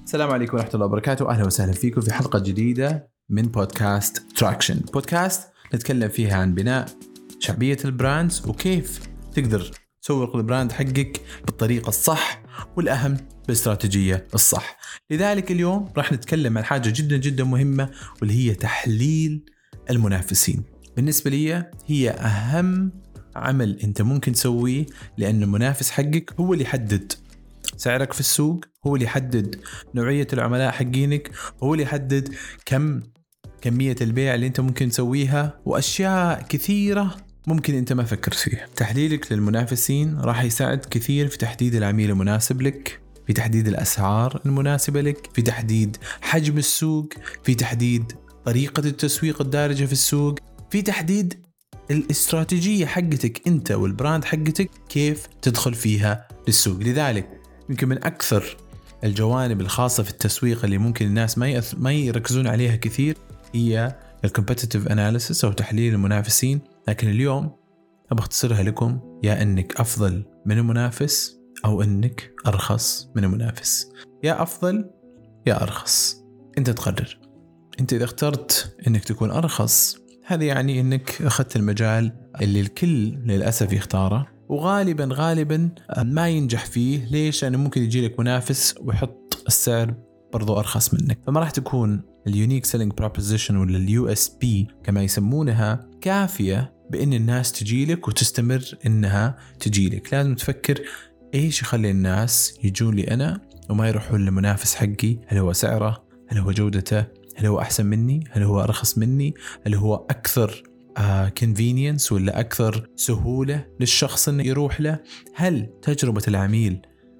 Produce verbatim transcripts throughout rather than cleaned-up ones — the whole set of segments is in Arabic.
السلام عليكم ورحمة الله وبركاته. أهلا وسهلا فيكم في حلقة جديدة من بودكاست تراكشن. بودكاست نتكلم فيها عن بناء شعبية البراندز وكيف تقدر تسوق البراند حقك بالطريقة الصح، والأهم بالاستراتيجية الصح. لذلك اليوم راح نتكلم عن حاجة جدا جدا مهمة، واللي هي تحليل المنافسين. بالنسبة لي هي أهم عمل أنت ممكن تسويه، لأن المنافس حقك هو اللي يحدد سعرك في السوق، هو اللي يحدد نوعية العملاء حقينك، هو اللي يحدد كم كمية البيع اللي انت ممكن تسويها، وأشياء كثيرة ممكن انت ما فكرت فيها. تحليلك للمنافسين راح يساعد كثير في تحديد العميل المناسب لك، في تحديد الأسعار المناسبة لك، في تحديد حجم السوق، في تحديد طريقة التسويق الدارجة في السوق، في تحديد الاستراتيجية حقتك انت والبراند حقتك كيف تدخل فيها للسوق. لذلك يمكن من أكثر الجوانب الخاصة في التسويق اللي ممكن الناس ما يأث... ما يركزون عليها كثير هي الcompetitive analysis أو تحليل المنافسين. لكن اليوم أبغى أختصرها لكم: يا أنك أفضل من المنافس أو أنك أرخص من المنافس. يا أفضل يا أرخص، أنت تقرر. أنت إذا اخترت أنك تكون أرخص، هذا يعني أنك أخذت المجال اللي الكل للأسف يختاره، وغالبا غالبا ما ينجح فيه. ليش؟ لأنه ممكن يجي لك منافس ويحط السعر برضو أرخص منك، فما راح تكون اليونيك سيلينج بروبوزيشن ولا اليو اس بي كما يسمونها كافية بأن الناس تجي لك وتستمر إنها تجي لك. لازم تفكر إيش يخلي الناس يجون لي أنا وما يروحون لمنافس حقي. هل هو سعره؟ هل هو جودته؟ هل هو أحسن مني؟ هل هو أرخص مني؟ هل هو أكثر Uh, convenience ولا أكثر سهولة للشخص إنه يروح له؟ هل تجربة العميل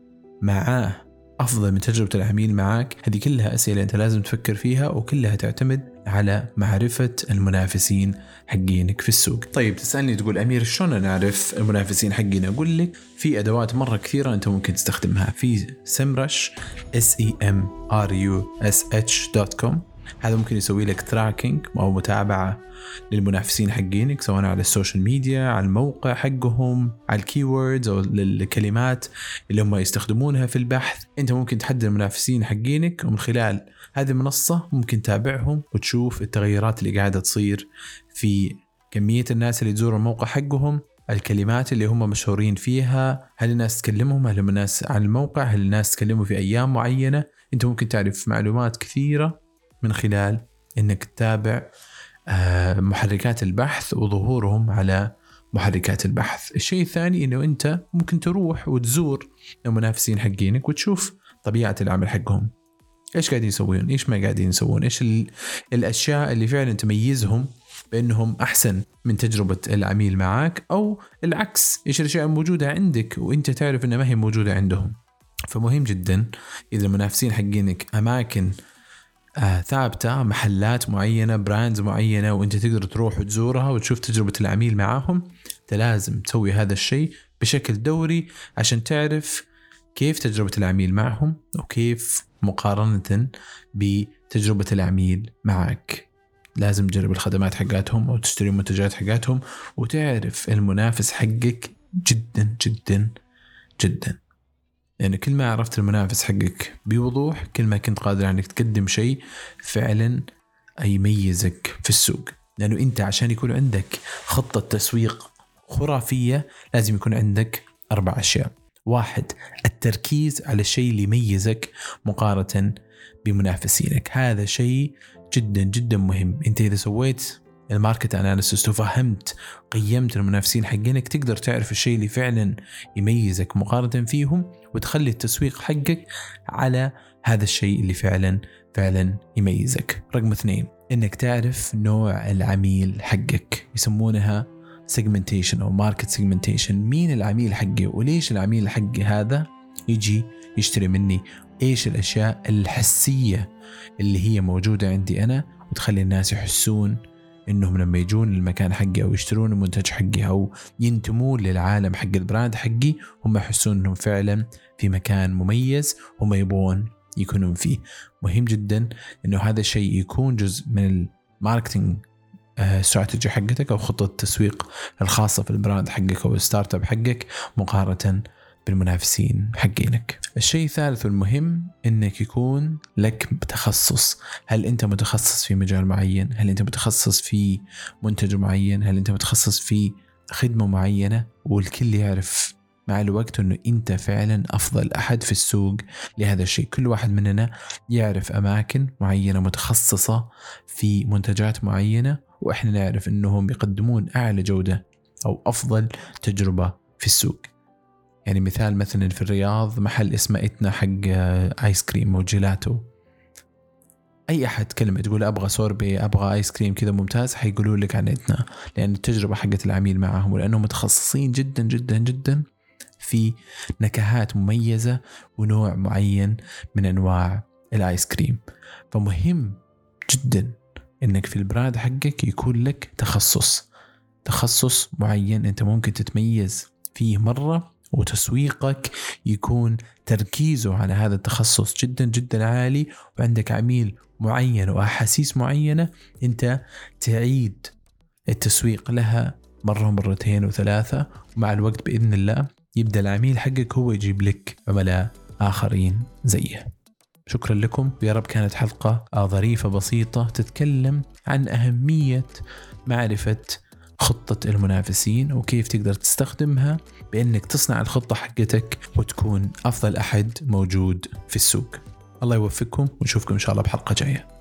معاه أفضل من تجربة العميل معاك؟ هذه كلها أسئلة أنت لازم تفكر فيها، وكلها تعتمد على معرفة المنافسين حقينك في السوق. طيب تسألني تقول أمير شلون نعرف المنافسين حقينا؟ أقول لك في أدوات مرة كثيرة أنت ممكن تستخدمها. في سمرش اس اي ام ار يو اس اتش دوت كوم، هذا ممكن يسوي لك تراكينج أو متابعة للمنافسين حقينك، سواء على السوشيال ميديا، على الموقع حقهم، على الكيوردز أو الكلمات اللي هم يستخدمونها في البحث. أنت ممكن تحدد المنافسين حقينك، ومن خلال هذه المنصة ممكن تتابعهم وتشوف التغيرات اللي قاعدة تصير في كمية الناس اللي تزور الموقع حقهم، الكلمات اللي هم مشهورين فيها، هل الناس تكلمهم، هل الناس عن الموقع، هل الناس تكلموا في أيام معينة. أنت ممكن تعرف معلومات كثيرة من خلال إنك تتابع محركات البحث وظهورهم على محركات البحث. الشيء الثاني إنه أنت ممكن تروح وتزور المنافسين حقينك وتشوف طبيعة العمل حقهم، إيش قاعدين يسوون، إيش ما قاعدين يسوون، إيش الأشياء اللي فعلا تميزهم بأنهم أحسن من تجربة العميل معك، أو العكس، إيش الأشياء الموجودة عندك وأنت تعرف إنها ما هي موجودة عندهم. فمهم جدا إذا المنافسين حقينك أماكن آه ثابتة، محلات معينة، براندز معينة، وانت تقدر تروح وتزورها وتشوف تجربة العميل معاهم، انت لازم تسوي هذا الشيء بشكل دوري عشان تعرف كيف تجربة العميل معهم، وكيف مقارنة بتجربة العميل معك. لازم تجرب الخدمات حقاتهم أو تشتري منتجات حقاتهم، وتعرف المنافس حقك جدا جدا جدا. يعني كل ما عرفت المنافس حقك بوضوح، كل ما كنت قادر انك تقدم شيء فعلا يميزك في السوق. لانه انت عشان يكون عندك خطة تسويق خرافية لازم يكون عندك اربع اشياء. واحد، التركيز على الشيء اللي يميزك مقارنة بمنافسينك. هذا شيء جدا جدا مهم. انت اذا سويت الماركت اناليسيس وفهمت قيمت المنافسين حقينك، تقدر تعرف الشيء اللي فعلا يميزك مقارنة فيهم، وتخلي التسويق حقك على هذا الشيء اللي فعلا فعلا يميزك. رقم اثنين، انك تعرف نوع العميل حقك، يسمونها segmentation أو market segmentation. مين العميل حقي، وليش العميل حقي هذا يجي يشتري مني، ايش الاشياء الحسية اللي هي موجودة عندي انا وتخلي الناس يحسون إنهم لما يجون المكان حقي أو يشترون المنتج حقي أو ينتمون للعالم حق البراند حقي، هم يحسون إنهم فعلا في مكان مميز هم يبون يكونون فيه. مهم جدا إنه هذا الشيء يكون جزء من الماركتينج استراتيجي حقتك أو خطة التسويق الخاصة في البراند حقك أو الستارت اب حقك، مقارنة بالمنافسين حقينك. الشيء الثالث والمهم إنك يكون لك تخصص. هل أنت متخصص في مجال معين؟ هل أنت متخصص في منتج معين؟ هل أنت متخصص في خدمة معينة؟ والكل يعرف مع الوقت أنه أنت فعلا أفضل أحد في السوق لهذا الشيء. كل واحد مننا يعرف أماكن معينة متخصصة في منتجات معينة، وإحنا نعرف أنهم يقدمون أعلى جودة أو أفضل تجربة في السوق. يعني مثال مثلا في الرياض محل اسمه إتنا حق آيس كريم وجيلاتو. أي أحد كلمة تقول أبغى سوربي أبغى آيس كريم كذا ممتاز حيقولوا لك عن إتنا، لأن التجربة حقت العميل معهم، ولأنهم متخصصين جدا جدا جدا في نكهات مميزة ونوع معين من أنواع الآيس كريم. فمهم جدا إنك في البراند حقك يكون لك تخصص تخصص معين أنت ممكن تتميز فيه مرة، وتسويقك يكون تركيزه على هذا التخصص جدا جدا عالي، وعندك عميل معين وأحاسيس معينة أنت تعيد التسويق لها مرة مرتين وثلاثة، ومع الوقت بإذن الله يبدأ العميل حقك هو يجيب لك عملاء آخرين زيه. شكرا لكم، يا رب كانت حلقة ظريفة بسيطة تتكلم عن أهمية معرفة خطة المنافسين وكيف تقدر تستخدمها بأنك تصنع الخطة حقتك وتكون أفضل أحد موجود في السوق. الله يوفقكم ونشوفكم إن شاء الله بحلقة جاية.